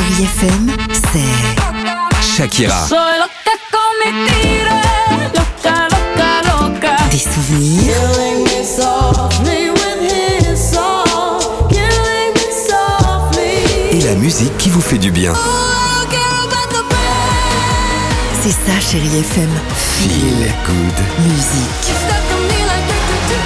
Chérie FM, c'est Shakira. Soy loca con mi tigre, loca, loca, loca. des souvenirs, Killing me softly with his song, killing me softly. Et la musique qui vous fait du bien. Oh, I don't care about the bad. c'est ça Chérie FM. Feel good. Musique. You stuck on me like do.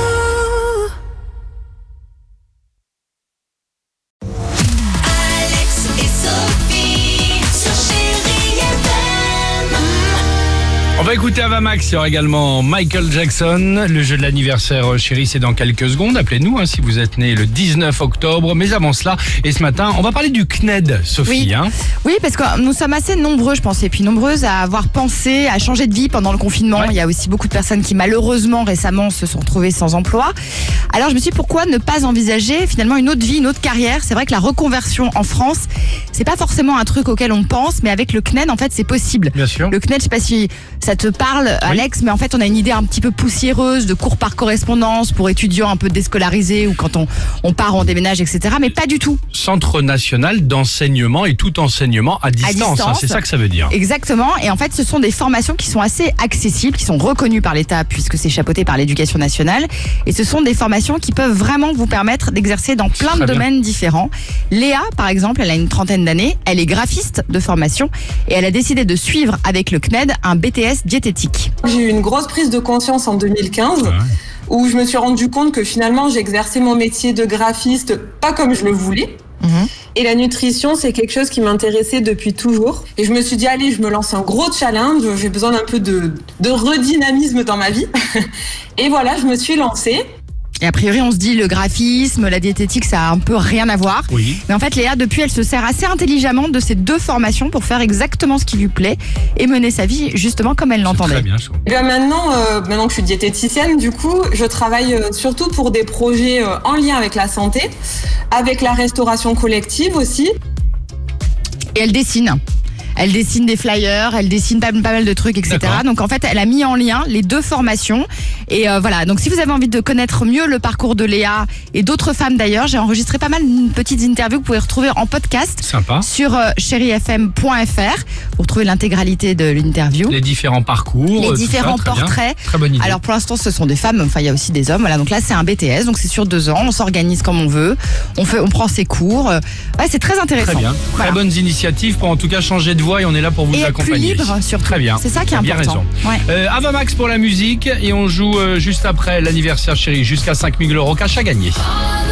Alex et Sophie sur Chérie FM. On va écouter Avamax, il y aura également Michael Jackson. Le jeu de l'anniversaire, chérie, c'est dans quelques secondes. Appelez-nous si vous êtes né le 19 octobre. Mais avant cela, et ce matin, on va parler du CNED, Sophie. Oui. Hein. Oui, parce que nous sommes assez nombreux, je pense, et puis nombreuses à avoir pensé à changer de vie pendant le confinement. Ouais. Il y a aussi beaucoup de personnes qui, malheureusement, récemment, se sont retrouvées sans emploi. Alors, je me suis dit, pourquoi ne pas envisager finalement une autre vie, une autre carrière? C'est vrai que la reconversion en France, c'est pas forcément un truc auquel on pense, mais avec le CNED, en fait, c'est possible. Bien sûr. Le CNED, je sais pas si ça te parle, Alex, mais en fait, on a une idée un petit peu poussiéreuse de cours par correspondance pour étudiants un peu déscolarisés ou quand on part, on déménage, etc. Mais pas du tout. Centre national d'enseignement et tout enseignement à distance. distance. C'est ça que ça veut dire. Exactement. Et en fait, ce sont des formations qui sont assez accessibles, qui sont reconnues par l'État puisque c'est chapeauté par l'Éducation nationale. Et ce sont des formations qui peuvent vraiment vous permettre d'exercer dans plein de Très bien. domaines différents. Léa, par exemple, elle a une trentaine d'années. Elle est graphiste de formation et elle a décidé de suivre avec le CNED un BTS diététique. J'ai eu une grosse prise de conscience en 2015 où je me suis rendu compte que finalement j'exerçais mon métier de graphiste pas comme je le voulais. Et la nutrition, c'est quelque chose qui m'intéressait depuis toujours. Et je me suis dit, allez, je me lance un gros challenge, j'ai besoin d'un peu de redynamisme dans ma vie. Et voilà, je me suis lancée. Et a priori, on se dit le graphisme, la diététique, ça a un peu rien à voir. Oui. Mais en fait, Léa, depuis, elle se sert assez intelligemment de ces deux formations pour faire exactement ce qui lui plaît et mener sa vie justement comme elle C'est l'entendait. très bien, je trouve. Et bien maintenant que je suis diététicienne, du coup, je travaille surtout pour des projets en lien avec la santé, avec la restauration collective aussi. Et elle dessine. Elle dessine des flyers, elle dessine pas mal de trucs, etc. D'accord. Donc en fait, elle a mis en lien les deux formations. Et voilà, donc si vous avez envie de connaître mieux le parcours de Léa et d'autres femmes d'ailleurs, j'ai enregistré pas mal de petites interviews que vous pouvez retrouver en podcast Sympa. sur chérifm.fr. Vous retrouvez l'intégralité de l'interview. Les différents parcours. Les tout différents ça, très bien. portraits. Très bonne idée. Alors pour l'instant ce sont des femmes, enfin il y a aussi des hommes. Voilà, donc là c'est un BTS, donc c'est sur 2 ans, on s'organise comme on veut, on prend ses cours. Ouais, c'est très intéressant. Très bien. Voilà. Très bonnes initiatives pour en tout cas changer de voie et on est là pour vous Et accompagner. plus libre surtout. Très bien. C'est ça qui est Bien important. raison. Ouais. Avamax pour la musique et on joue juste après l'anniversaire chérie jusqu'à 5 000 € cash à gagner.